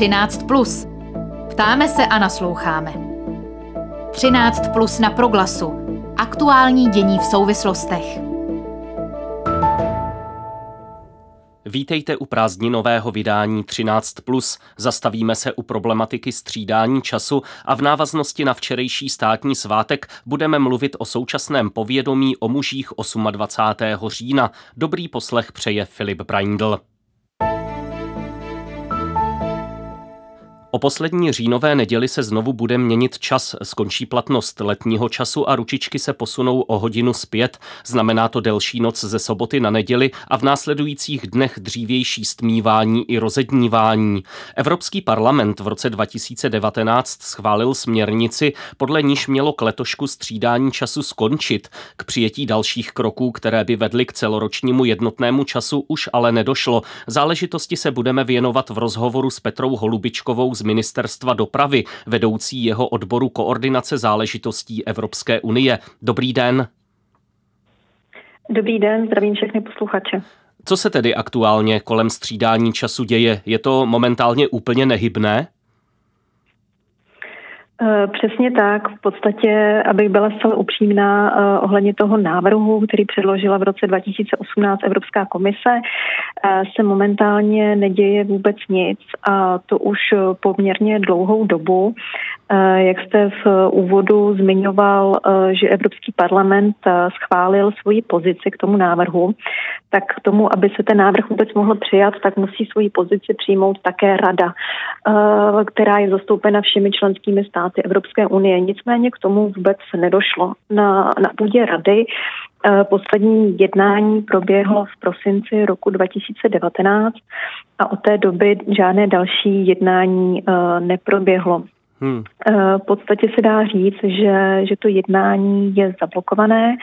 13+. Ptáme se a nasloucháme. 13+ na Proglasu. Aktuální dění v souvislostech. Vítejte u prázdninového vydání 13+. Zastavíme se u problematiky střídání času a v návaznosti na včerejší státní svátek budeme mluvit o současném povědomí o mužích 28. října. Dobrý poslech přeje Filip Braindl. O poslední říjnové neděli se znovu bude měnit čas, skončí platnost letního času a ručičky se posunou o hodinu zpět. Znamená to delší noc ze soboty na neděli a v následujících dnech dřívější stmívání i rozednívání. Evropský parlament v roce 2019 schválil směrnici, podle níž mělo k letošku střídání času skončit. K přijetí dalších kroků, které by vedly k celoročnímu jednotnému času, už ale nedošlo. Záležitosti se budeme věnovat v rozhovoru s Petrou Holubičkovou z Ministerstva dopravy, vedoucí jeho odboru koordinace záležitostí Evropské unie. Dobrý den. Dobrý den, zdravím všechny posluchače. Co se tedy aktuálně kolem střídání času děje? Je to momentálně úplně nehybné? Přesně tak. V podstatě, abych byla zcela upřímná ohledně toho návrhu, který předložila v roce 2018 Evropská komise, se momentálně neděje vůbec nic a to už poměrně dlouhou dobu. Jak jste v úvodu zmiňoval, že Evropský parlament schválil svoji pozici k tomu návrhu, tak k tomu, aby se ten návrh vůbec mohl přijat, tak musí svoji pozici přijmout také Rada, která je zastoupena všemi členskými státy Evropské unie. Nicméně k tomu vůbec nedošlo. Na půdě Rady poslední jednání proběhlo v prosinci roku 2019 a od té doby žádné další jednání neproběhlo. V podstatě se dá říct, že to jednání je zablokované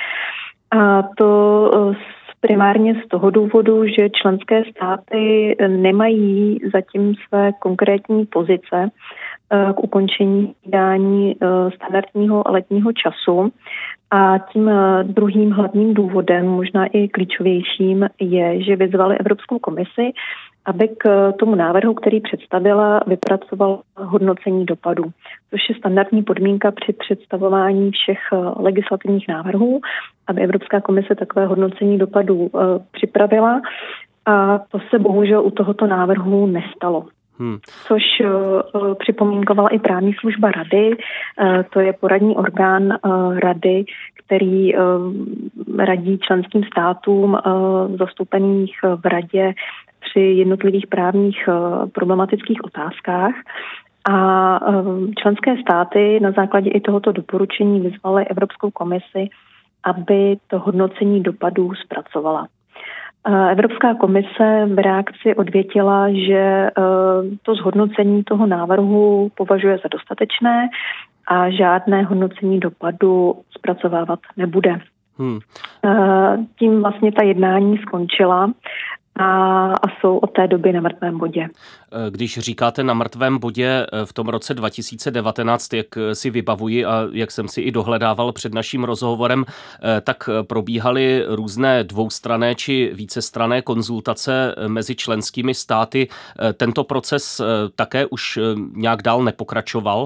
a to primárně z toho důvodu, že členské státy nemají zatím své konkrétní pozice k ukončení vydání standardního letního času. A tím druhým hlavním důvodem, možná i klíčovějším, je, že vyzvali Evropskou komisi, aby k tomu návrhu, který představila, vypracoval hodnocení dopadů, což je standardní podmínka při představování všech legislativních návrhů, aby Evropská komise takové hodnocení dopadů připravila. A to se bohužel u tohoto návrhu nestalo. Což připomínkovala i právní služba Rady. To je poradní orgán Rady, který radí členským státům zastoupených v Radě při jednotlivých právních problematických otázkách. A členské státy na základě i tohoto doporučení vyzvaly Evropskou komisi, aby to hodnocení dopadů zpracovala. Evropská komise v reakci odvětila, že to zhodnocení toho návrhu považuje za dostatečné a žádné hodnocení dopadu zpracovávat nebude. Tím vlastně ta jednání skončila a jsou od té doby na mrtvém bodě. Když říkáte na mrtvém bodě v tom roce 2019, jak si vybavuji a jak jsem si i dohledával před naším rozhovorem, tak probíhaly různé dvoustranné či vícestranné konzultace mezi členskými státy. Tento proces také už nějak dál nepokračoval?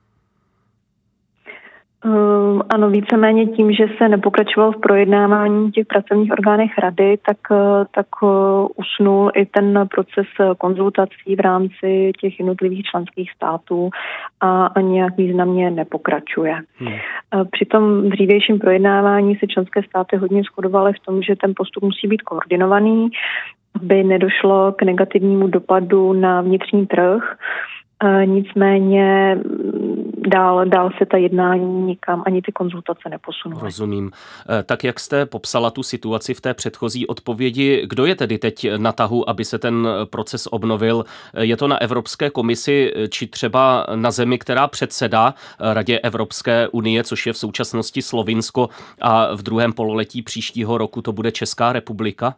Ano, víceméně tím, že se nepokračoval v projednávání těch pracovních orgánech Rady, tak usnul i ten proces konzultací v rámci těch jednotlivých členských států a nějak významně nepokračuje. Při tom dřívějším projednávání se členské státy hodně shodovaly v tom, že ten postup musí být koordinovaný, aby nedošlo k negativnímu dopadu na vnitřní trh. Nicméně dál se ta jednání nikam ani ty konzultace neposunuly. Rozumím. Tak jak jste popsala tu situaci v té předchozí odpovědi, kdo je tedy teď na tahu, aby se ten proces obnovil? Je to na Evropské komisi či třeba na zemi, která předsedá Radě Evropské unie, což je v současnosti Slovinsko a v druhém pololetí příštího roku to bude Česká republika?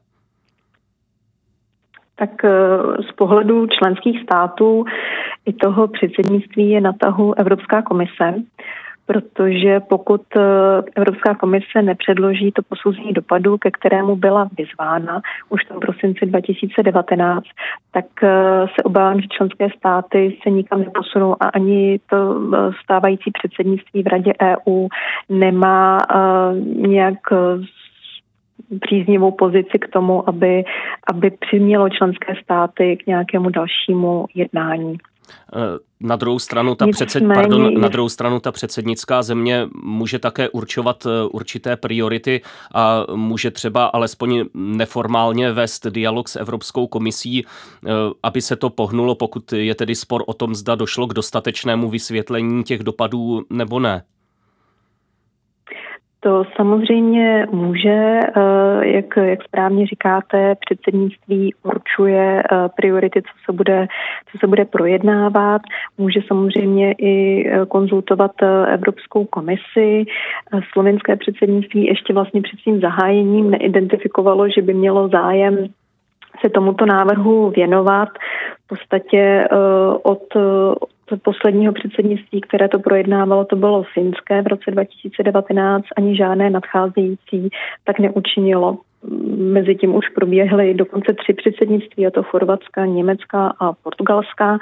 Tak z pohledu členských států i toho předsednictví je na tahu Evropská komise, protože pokud Evropská komise nepředloží to posouzení dopadu, ke kterému byla vyzvána už v tom prosinci 2019, tak se obávám, že členské státy se nikam neposunou a ani to stávající předsednictví v Radě EU nemá nějak příznivou pozici k tomu, aby přimělo členské státy k nějakému dalšímu jednání. Na druhou stranu ta předsednická země může také určovat určité priority a může třeba alespoň neformálně vést dialog s Evropskou komisí, aby se to pohnulo, pokud je tedy spor o tom, zda došlo k dostatečnému vysvětlení těch dopadů nebo ne. To samozřejmě může, jak správně říkáte, předsednictví určuje priority, co se bude projednávat. Může samozřejmě i konzultovat Evropskou komisi. Slovenské předsednictví ještě vlastně před svým zahájením neidentifikovalo, že by mělo zájem se tomuto návrhu věnovat. V podstatě od posledního předsednictví, které to projednávalo, to bylo finské v roce 2019, ani žádné nadcházející tak neučinilo. Mezitím už proběhly dokonce 3 předsednictví, a to Chorvatska, Německa a Portugalska.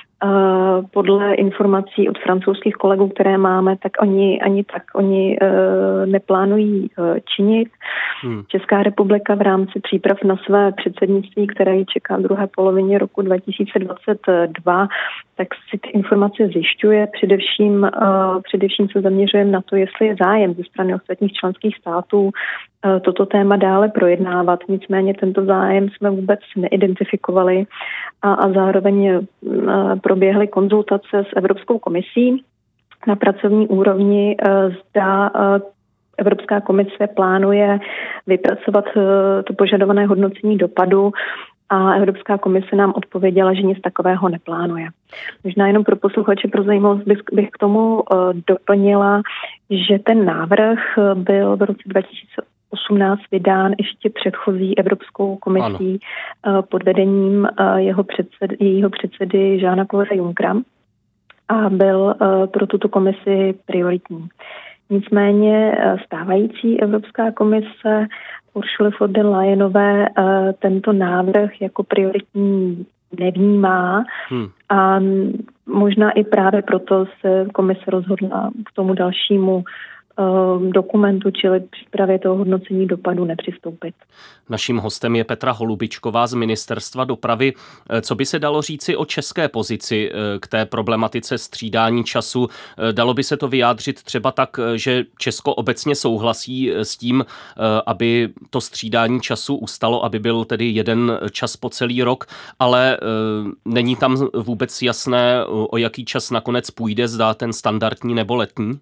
Podle informací od francouzských kolegů, které máme, tak oni neplánují činit. Česká republika v rámci příprav na své předsednictví, které ji čeká v druhé polovině roku 2022, tak si ty informace zjišťuje. Především se zaměřujeme na to, jestli je zájem ze strany ostatních členských států toto téma dále projednávat. Nicméně tento zájem jsme vůbec neidentifikovali a zároveň proběhly konzultace s Evropskou komisí na pracovní úrovni, zda Evropská komise plánuje vypracovat to požadované hodnocení dopadu, a Evropská komise nám odpověděla, že nic takového neplánuje. Možná jenom pro posluchače pro zajímavost bych k tomu doplnila, že ten návrh byl v roce 2018 vydán ještě předchozí Evropskou komisí pod vedením jejího předsedy Jeana-Claude Junckera a byl pro tuto komisi prioritní. Nicméně stávající Evropská komise Ursuly von der Leyenové tento návrh jako prioritní nevnímá a možná i právě proto se komise rozhodla k tomu dalšímu dokumentu, čili přípravě toho hodnocení dopadu nepřistoupit. Naším hostem je Petra Holubičková z Ministerstva dopravy. Co by se dalo říci o české pozici k té problematice střídání času? Dalo by se to vyjádřit třeba tak, že Česko obecně souhlasí s tím, aby to střídání času ustalo, aby byl tedy jeden čas po celý rok, ale není tam vůbec jasné, o jaký čas nakonec půjde, zda ten standardní nebo letní?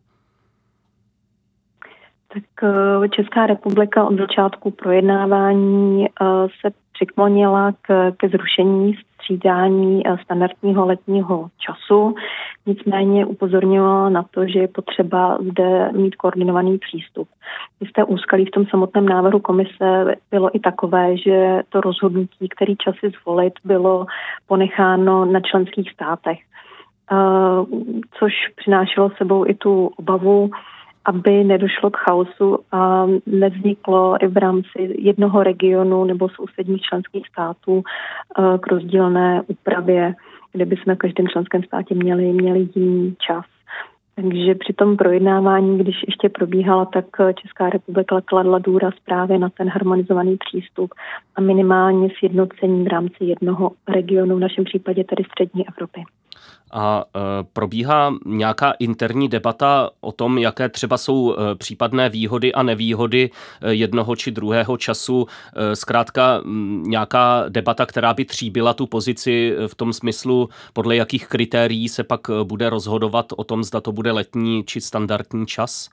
Tak Česká republika od začátku projednávání se přiklonila ke zrušení střídání standardního letního času. Nicméně upozorňovala na to, že je potřeba zde mít koordinovaný přístup. Jisté úskalí v tom samotném návrhu komise bylo i takové, že to rozhodnutí, který čas si zvolit, bylo ponecháno na členských státech, což přinášelo sebou i tu obavu, aby nedošlo k chaosu a nevzniklo i v rámci jednoho regionu nebo sousedních členských států k rozdílné úpravě, kde bychom v každém členském státě měli jiný čas. Takže při tom projednávání, když ještě probíhala, tak Česká republika kladla důraz právě na ten harmonizovaný přístup a minimálně sjednocení v rámci jednoho regionu, v našem případě tedy střední Evropy. A probíhá nějaká interní debata o tom, jaké třeba jsou případné výhody a nevýhody jednoho či druhého času? Zkrátka nějaká debata, která by tříbila tu pozici v tom smyslu, podle jakých kritérií se pak bude rozhodovat o tom, zda to bude letní či standardní čas?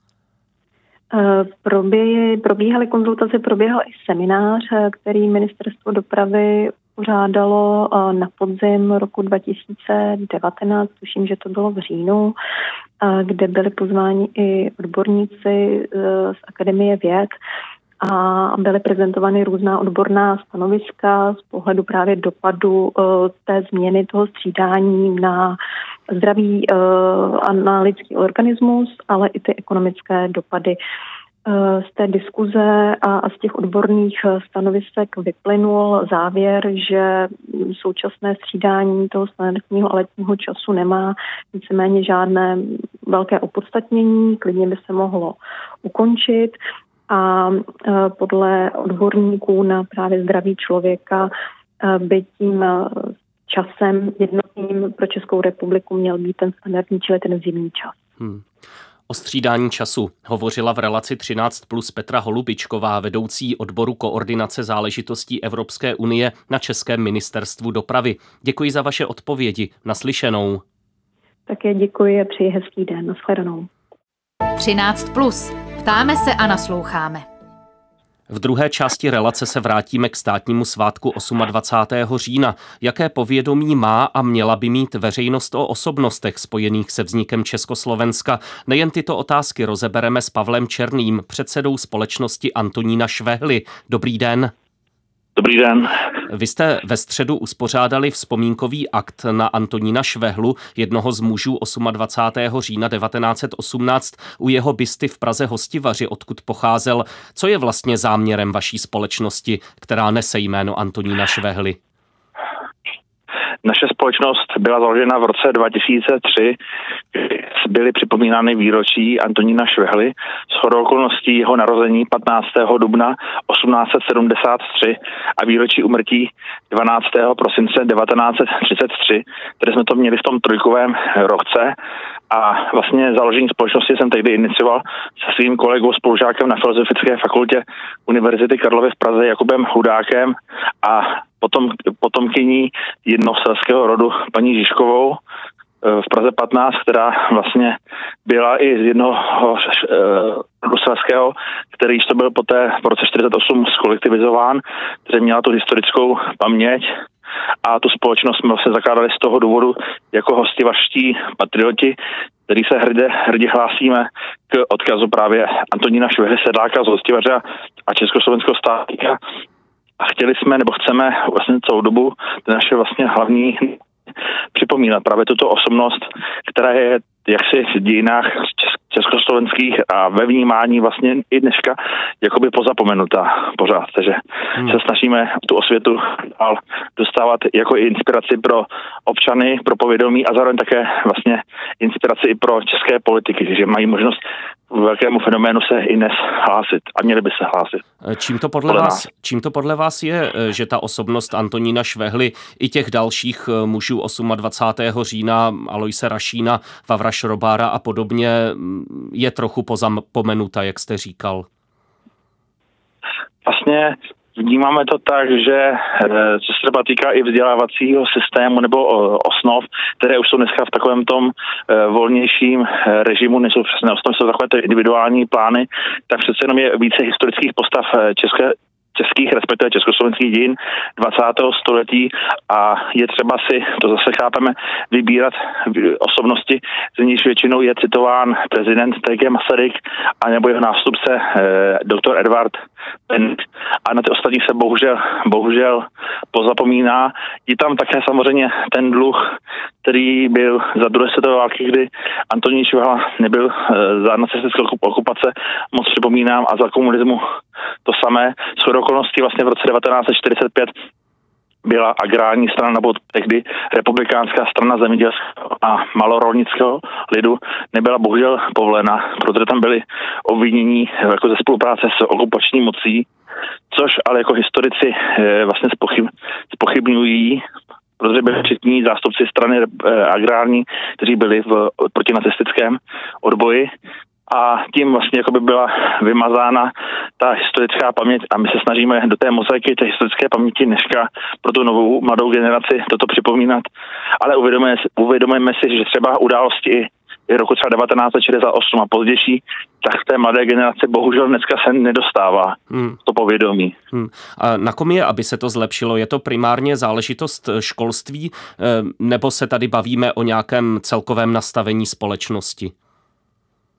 Probíhaly konzultace, proběhl i seminář, který Ministerstvo dopravy pořádalo na podzim roku 2019, tuším, že to bylo v říjnu, kde byli pozváni i odborníci z Akademie věd a byly prezentovány různá odborná stanoviska z pohledu právě dopadu té změny toho střídání na zdraví a na lidský organismus, ale i ty ekonomické dopady. Z té diskuze a z těch odborných stanovisek vyplynul závěr, že současné střídání toho standardního a letního času nemá víceméně žádné velké opodstatnění, klidně by se mohlo ukončit a podle odborníků na právě zdraví člověka by tím časem jednotným pro Českou republiku měl být ten standardní, čili ten zimní čas. O střídání času hovořila v relaci 13+ Petra Holubičková, vedoucí odboru koordinace záležitostí Evropské unie na Českém ministerstvu dopravy. Děkuji za vaše odpovědi. Naslyšenou. Také děkuji a přeji hezký den. Nashledanou. 13+. Ptáme se a nasloucháme. V druhé části relace se vrátíme k státnímu svátku 28. října. Jaké povědomí má a měla by mít veřejnost o osobnostech spojených se vznikem Československa? Nejen tyto otázky rozebereme s Pavlem Černým, předsedou společnosti Antonína Švehly. Dobrý den. Dobrý den. Vy jste ve středu uspořádali vzpomínkový akt na Antonína Švehlu, jednoho z mužů 28. října 1918, u jeho busty v Praze Hostivaři, odkud pocházel. Co je vlastně záměrem vaší společnosti, která nese jméno Antonína Švehly? Naše společnost byla založena v roce 2003, kdy byly připomínány výročí Antonína Švehly, shodou okolností jeho narození 15. dubna 1873 a výročí úmrtí 12. prosince 1933, které jsme to měli v tom trojkovém roce. A vlastně založení společnosti jsem tehdy inicioval se svým kolegou spolužákem na Filozofické fakultě Univerzity Karlovy v Praze Jakubem Hudákem a potomkyní jednoho selského rodu paní Žižkovou v Praze 15, která vlastně byla i z jednoho rodu selského, který již to byl poté v roce 48 skolektivizován, který měla tu historickou paměť. A tu společnost jsme vlastně zakládali z toho důvodu jako hostivařští patrioti, který se hrdě hlásíme k odkazu právě Antonína Švehly, sedláka z Hostivaře a československého státníka. A chtěli jsme, nebo chceme vlastně celou dobu naše vlastně hlavní připomínat právě tuto osobnost, která je jaksi v dějinách československých a ve vnímání vlastně i dneška jakoby pozapomenutá pořád. Takže se snažíme tu osvětu dostávat jako i inspiraci pro občany, pro povědomí a zároveň také vlastně inspiraci i pro české politiky, že mají možnost k velkému fenoménu se i dnes hlásit a měli by se hlásit. Čím to podle vás je, že ta osobnost Antonína Švehly i těch dalších mužů 28. října, Aloise Rašína, Vavra Šrobára a podobně je trochu pozapomenuta, jak jste říkal? Vlastně vnímáme to tak, že co se třeba týká i vzdělávacího systému nebo osnov, které už jsou dneska v takovém tom volnějším režimu, nejsou přesné osnovy, jsou takové ty individuální plány, tak přece jenom je více historických postav českých, respektive československých dějin 20. století a je třeba si, to zase chápeme, vybírat osobnosti, z níž většinou je citován prezident T.G. Masaryk a nebo jeho nástupce doktor Edvard Beneš. A na ty ostatní se bohužel pozapomíná. Je tam také samozřejmě ten dluh, který byl za druhé světové války, kdy Antonín Švehla nebyl za nacistické okupace, moc připomínám, a za komunismu to samé. Shodou okolností vlastně v roce 1945 byla agrární strana, nebo tehdy republikánská strana zemědělského a malorolnického lidu nebyla bohužel povolena, protože tam byli obvinění jako ze spolupráce s okupační mocí, což ale jako historici vlastně zpochybňují, protože byli včetní zástupci strany agrární, kteří byli v protinacistickém odboji. A tím vlastně jako by byla vymazána ta historická paměť a my se snažíme do té mozaiky té historické paměti dneška pro tu novou mladou generaci toto připomínat. Ale uvědomujeme si, že třeba události i roku třeba 1968 a pozdější, tak té mladé generace bohužel dneska se nedostává to povědomí. A na kom je, aby se to zlepšilo? Je to primárně záležitost školství, nebo se tady bavíme o nějakém celkovém nastavení společnosti?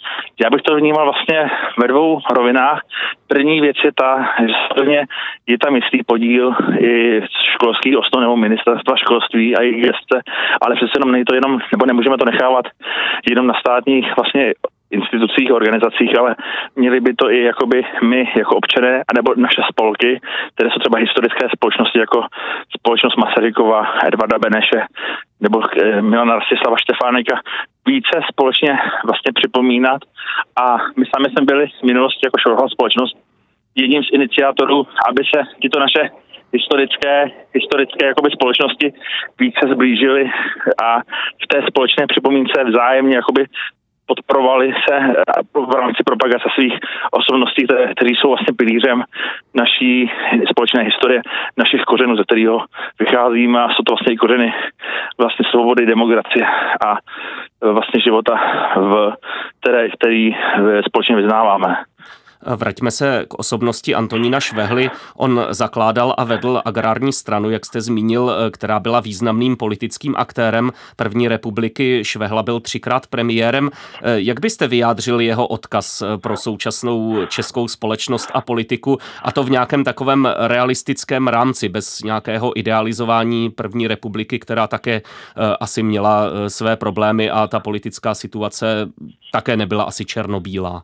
Já bych to vnímal vlastně ve dvou rovinách. První věc je ta, že samozřejmě je tam jistý podíl i školských osnov nebo ministerstva školství a jejich gestce, ale přece jenom není to jenom, nebo nemůžeme to nechávat jenom na státních vlastně institucích, organizacích, ale měli by to i jakoby my jako občané, anebo naše spolky, které jsou třeba historické společnosti jako společnost Masarykova, Edvarda Beneše nebo Milana Rastislava Štefánika, více společně vlastně připomínat. A my sami jsme byli v minulosti jako školská společnost jedním z iniciátorů, aby se tyto naše historické jakoby společnosti více zblížily a v té společné připomínce vzájemně jakoby podporovali se v rámci propagace svých osobností, které jsou vlastně pilířem naší společné historie, našich kořenů, ze kterého vycházíme, a jsou to vlastně i kořeny vlastně svobody, demokracie a vlastně života, který společně vyznáváme. Vraťme se k osobnosti Antonína Švehly. On zakládal a vedl agrární stranu, jak jste zmínil, která byla významným politickým aktérem první republiky. Švehla byl 3krát premiérem. Jak byste vyjádřili jeho odkaz pro současnou českou společnost a politiku, a to v nějakém takovém realistickém rámci, bez nějakého idealizování první republiky, která také asi měla své problémy a ta politická situace také nebyla asi černobílá?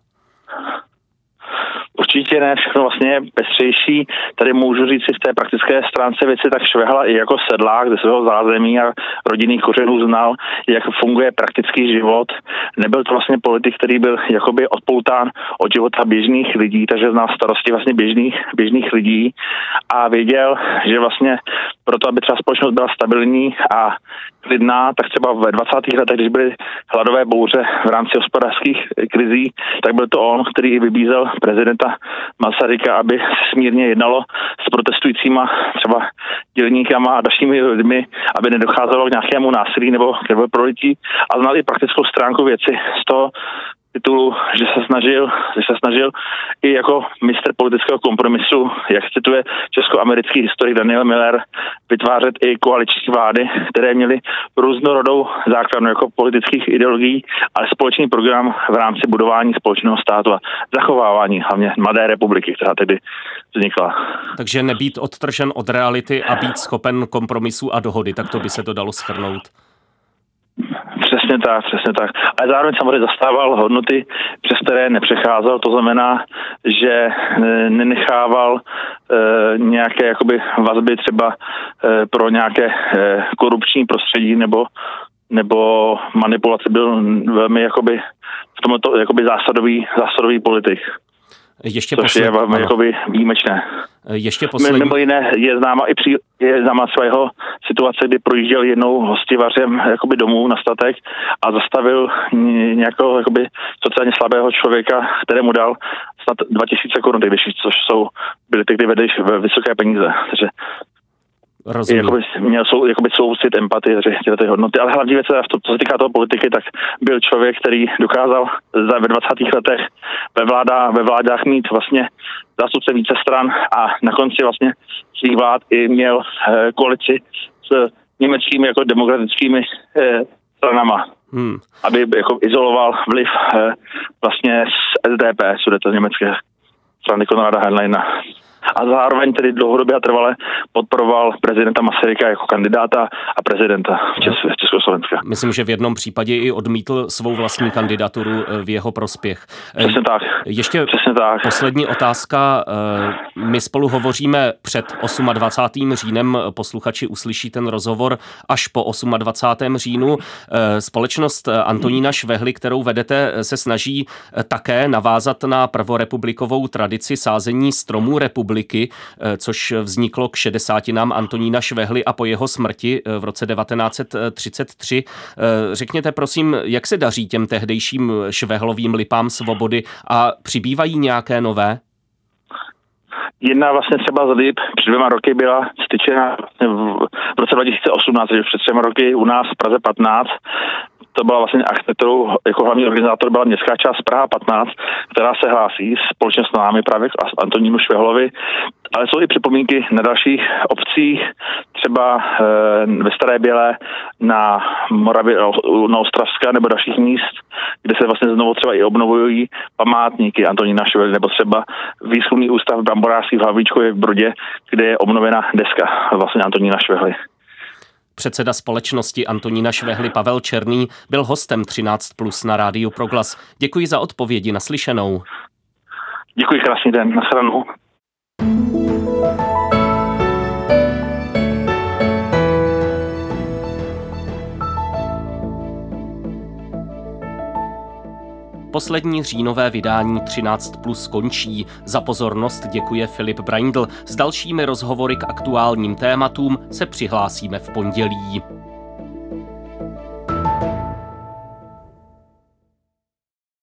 Určitě ne, všechno vlastně je pestřejší. Tady můžu říct si v té praktické stránce věci, tak Švehla i jako sedlák ze svého zázemí a rodinných kořenů znal, jak funguje praktický život. Nebyl to vlastně politik, který byl jakoby odpoután od života běžných lidí, takže znal starosti vlastně běžných lidí a věděl, že vlastně proto, aby třeba společnost byla stabilní a klidná, tak třeba ve 20. letech, když byly hladové bouře v rámci hospodářských krizí, tak byl to on, který i vybízel prezidenta Masaryka, aby smírně jednalo s protestujícíma třeba dělníkama a dalšími lidmi, aby nedocházelo k nějakému násilí nebo k prolití, a znal i praktickou stránku věci z toho titulu, že se snažil i jako mistr politického kompromisu, jak cituje česko-americký historik Daniel Miller, vytvářet i koaliční vlády, které měly různorodou základnu jako politických ideologií, ale společný program v rámci budování společného státu a zachovávání hlavně mladé republiky, která tedy vznikla. Takže nebýt odtržen od reality a být schopen kompromisu a dohody, tak to by se to dalo shrnout. Přesně tak. Ale zároveň samozřejmě zastával hodnoty, přes které nepřecházel, to znamená, že nenechával nějaké jakoby vazby třeba pro nějaké korupční prostředí nebo manipulace, byl velmi jakoby v tomto jakoby zásadový politik. Což je jakoby výjimečné. Ještě poslední. Mimo jiné je známa třeba jeho situace, kdy projížděl jednou hostivařem jakoby domů na statek a zastavil nějakého jakoby sociálně slabého člověka, kterému dal snad 2000 korun, což byly tehdy vysoké peníze. Takže měl soucit, empatii, tyhle ty hodnoty, ale hlavní věc, co se týká toho politiky, tak byl člověk, který dokázal ve 20. letech ve vládách mít vlastně zástupce více stran a na konci vlastně svých vlád i měl koalici s německými jako demokratickými stranama, aby jako izoloval vliv vlastně z SDP, Sudety německé strany Konrada Heinleina. A zároveň tedy dlouhodobě a trvale podporoval prezidenta Masaryka jako kandidáta a prezidenta Československa. Myslím, že v jednom případě i odmítl svou vlastní kandidaturu v jeho prospěch. Přesně tak. Ještě poslední otázka. My spolu hovoříme před 28. říjnem, posluchači uslyší ten rozhovor až po 28. říjnu. Společnost Antonína Švehly, kterou vedete, se snaží také navázat na prvorepublikovou tradici sázení stromů republiky, což vzniklo k 60. Antonína Švehly a po jeho smrti v roce 1933. Řekněte prosím, jak se daří těm tehdejším švehlovým lipám svobody a přibývají nějaké nové? Jedna vlastně třeba z lip před 2 roky byla styčena v roce 2018, takže před 3 roky u nás v Praze 15. To byla vlastně akce, kterou jako hlavní organizátor byla městská část Praha 15, která se hlásí společně s námi právě k Antonínu Švehlovi. ale jsou i připomínky na dalších obcích, třeba ve Staré Bělé, na Moravě, na Ostravska nebo dalších míst, kde se vlastně znovu třeba i obnovují památníky Antonína Švehly, nebo třeba výzkumný ústav bramborářský v Havlíčkově v Brodě, kde je obnovena deska vlastně Antonína Švehly. Předseda společnosti Antonína Švehly Pavel Černý byl hostem 13+ na Rádiu Proglas. Děkuji za odpovědi, naslyšenou. Děkuji, krásný den, nashledanou. Poslední říjnové vydání 13+ končí. Za pozornost děkuje Filip Braindl. S dalšími rozhovory k aktuálním tématům se přihlásíme v pondělí.